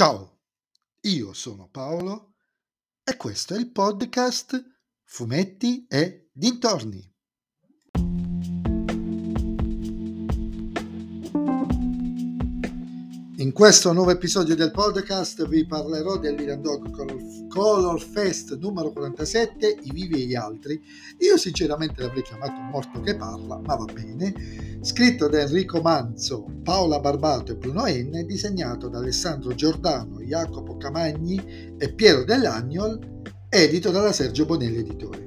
Ciao, io sono Paolo e questo è il podcast Fumetti e Dintorni. In questo nuovo episodio del podcast vi parlerò del Dylan Dog Color Fest numero 47, I vivi e gli altri. Io sinceramente l'avrei chiamato Morto che parla, ma va bene. Scritto da Enrico Manzo, Paola Barbato e Bruno N, disegnato da Alessandro Giordano, Jacopo Camagni e Piero Dell'Agnol, edito dalla Sergio Bonelli Editore.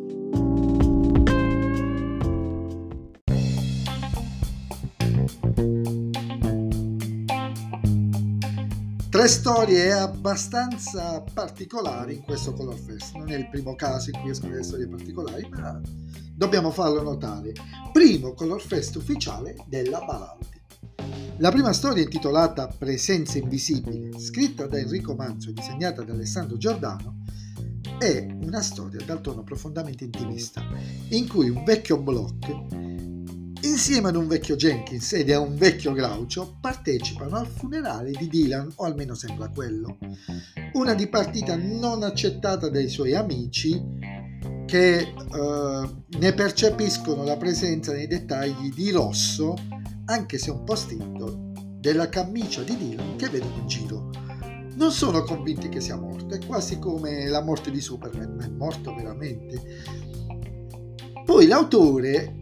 Tre storie abbastanza particolari in questo Color Fest. Non è il primo caso in cui escono delle storie particolari, ma dobbiamo farlo notare. Primo Color Fest ufficiale della Baraldi. La prima storia, intitolata Presenze invisibili, scritta da Enrico Manzo e disegnata da Alessandro Giordano, è una storia dal tono profondamente intimista, in cui un vecchio Block insieme ad un vecchio Jenkins ed a un vecchio Groucho partecipano al funerale di Dylan, o almeno sembra quello. Una dipartita non accettata dai suoi amici, che ne percepiscono la presenza nei dettagli di rosso, anche se un po' stinto, della camicia di Dylan che vedono in giro. Non sono convinti che sia morto, è quasi come la morte di Superman, ma è morto veramente. Poi l'autore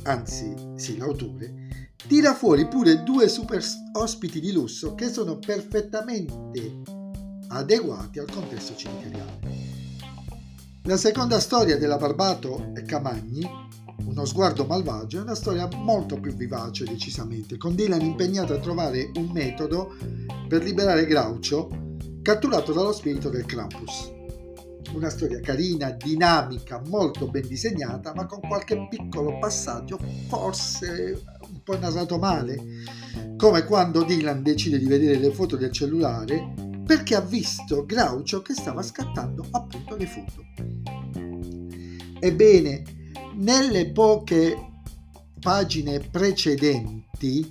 tira fuori pure due super ospiti di lusso che sono perfettamente adeguati al contesto cimiteriale. La seconda storia della Barbato e Camagni, Uno sguardo malvagio, è una storia molto più vivace decisamente, con Dylan impegnato a trovare un metodo per liberare Groucho, catturato dallo spirito del Krampus. Una storia carina, dinamica, molto ben disegnata, ma con qualche piccolo passaggio forse un po' narrato male, come quando Dylan decide di vedere le foto del cellulare perché ha visto Groucho che stava scattando appunto le foto. Ebbene, nelle poche pagine precedenti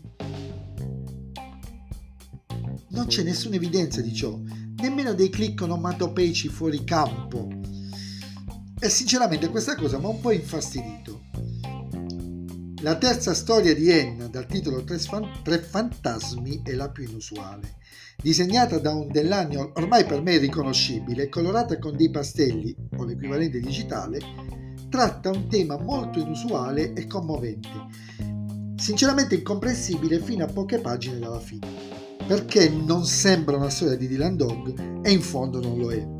non c'è nessuna evidenza di ciò, nemmeno dei click onomatopeici fuori campo, e sinceramente questa cosa mi ha un po' infastidito. La terza storia di Enna, dal titolo Tre fantasmi, è la più inusuale. Disegnata da un Dell'Agnol ormai per me riconoscibile, colorata con dei pastelli o l'equivalente digitale, tratta un tema molto inusuale e commovente, sinceramente incomprensibile fino a poche pagine dalla fine, perché non sembra una storia di Dylan Dog e in fondo non lo è.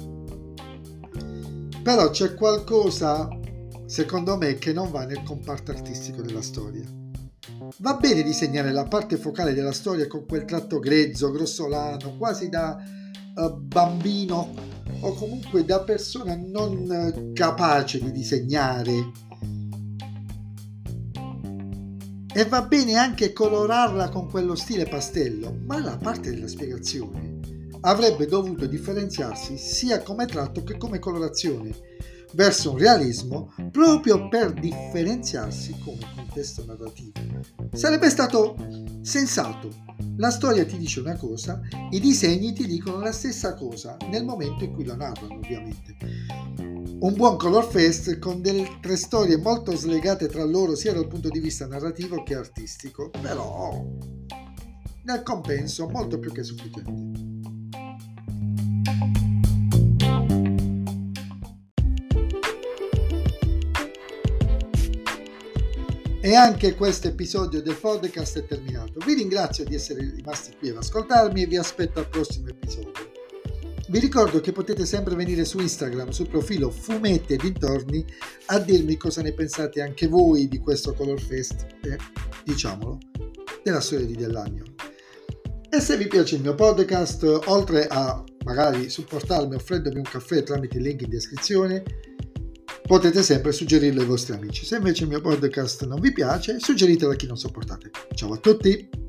Però c'è qualcosa, secondo me, che non va nel comparto artistico della storia. Va bene disegnare la parte focale della storia con quel tratto grezzo, grossolano, quasi da bambino o comunque da persona non capace di disegnare. E va bene anche colorarla con quello stile pastello, ma la parte della spiegazione avrebbe dovuto differenziarsi sia come tratto che come colorazione, verso un realismo, proprio per differenziarsi come contesto narrativo. Sarebbe stato sensato. La storia ti dice una cosa, i disegni ti dicono la stessa cosa nel momento in cui la narrano, ovviamente. Un buon Color Fest con delle tre storie molto slegate tra loro sia dal punto di vista narrativo che artistico, però nel compenso molto più che sufficiente. E anche questo episodio del podcast è terminato. Vi ringrazio di essere rimasti qui ad ascoltarmi e vi aspetto al prossimo episodio. Vi ricordo che potete sempre venire su Instagram, sul profilo Fumetti e Dintorni, a dirmi cosa ne pensate anche voi di questo Color Fest e, diciamolo, della storia di Dell'Agnol. E se vi piace il mio podcast, oltre a magari supportarmi offrendomi un caffè tramite il link in descrizione, potete sempre suggerirlo ai vostri amici. Se invece il mio podcast non vi piace, suggeritelo a chi non sopportate. Ciao a tutti!